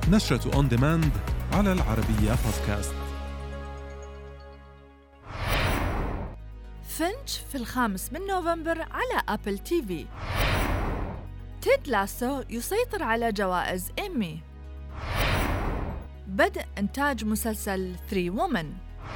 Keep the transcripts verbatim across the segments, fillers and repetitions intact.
نشرة أون ديماند على العربية بودكاست. فينش في الخامس من نوفمبر على أبل تي في. تيد لاسو يسيطر على جوائز إيمي. بدء إنتاج مسلسل ثري وومن.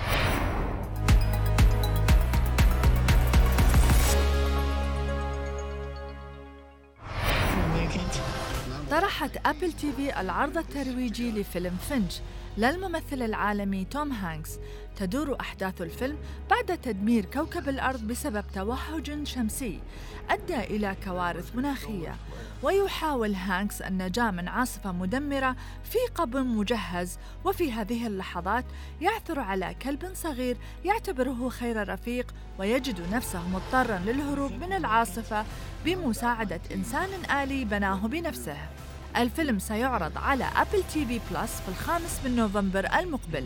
طرحت أبل تي في العرض الترويجي لفيلم فينش للممثل العالمي توم هانكس. تدور أحداث الفيلم بعد تدمير كوكب الأرض بسبب توهج شمسي أدى إلى كوارث مناخية، ويحاول هانكس النجاة من عاصفة مدمرة في قبر مجهز. وفي هذه اللحظات يعثر على كلب صغير يعتبره خير رفيق، ويجد نفسه مضطراً للهروب من العاصفة بمساعدة إنسان آلي بناه بنفسه. الفيلم سيعرض على أبل تي في بلس في الخامس من نوفمبر المقبل.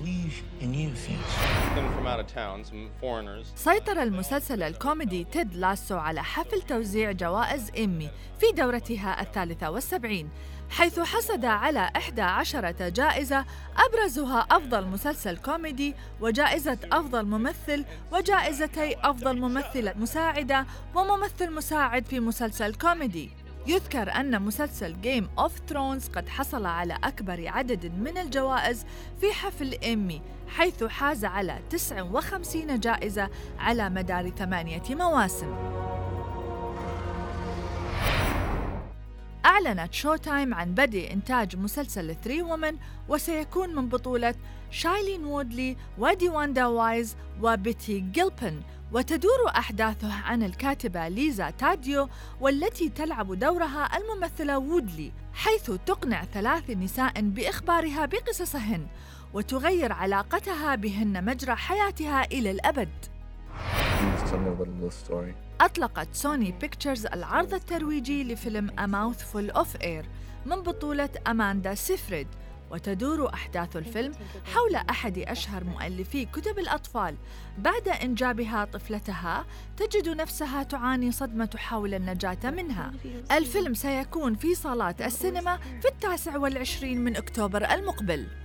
سيطر المسلسل الكوميدي تيد لاسو على حفل توزيع جوائز إيمي في دورتها الثالثة والسبعين، حيث حصد على إحدى عشرة جائزة، أبرزها أفضل مسلسل كوميدي وجائزة أفضل ممثل وجائزتي أفضل ممثلة مساعدة وممثل مساعد في مسلسل كوميدي. يذكر أن مسلسل Game of Thrones قد حصل على أكبر عدد من الجوائز في حفل إيمي، حيث حاز على تسعة وخمسين جائزة على مدار ثمانية مواسم. أعلنت شو تايم عن بدء إنتاج مسلسل ثري وومن، وسيكون من بطولة شايلين وودلي وديواندا وايز وبيتي جيلبن، وتدور أحداثه عن الكاتبة ليزا تاديو، والتي تلعب دورها الممثلة وودلي، حيث تقنع ثلاث نساء بإخبارها بقصصهن وتغير علاقتها بهن مجرى حياتها إلى الأبد. أطلقت سوني بيكتشرز العرض الترويجي لفيلم A Mouthful of Air من بطولة أماندا سيفريد، وتدور أحداث الفيلم حول أحد أشهر مؤلفي كتب الأطفال. بعد إنجابها طفلتها تجد نفسها تعاني صدمة تحاول النجاة منها. الفيلم سيكون في صالات السينما في التاسع والعشرين من أكتوبر المقبل.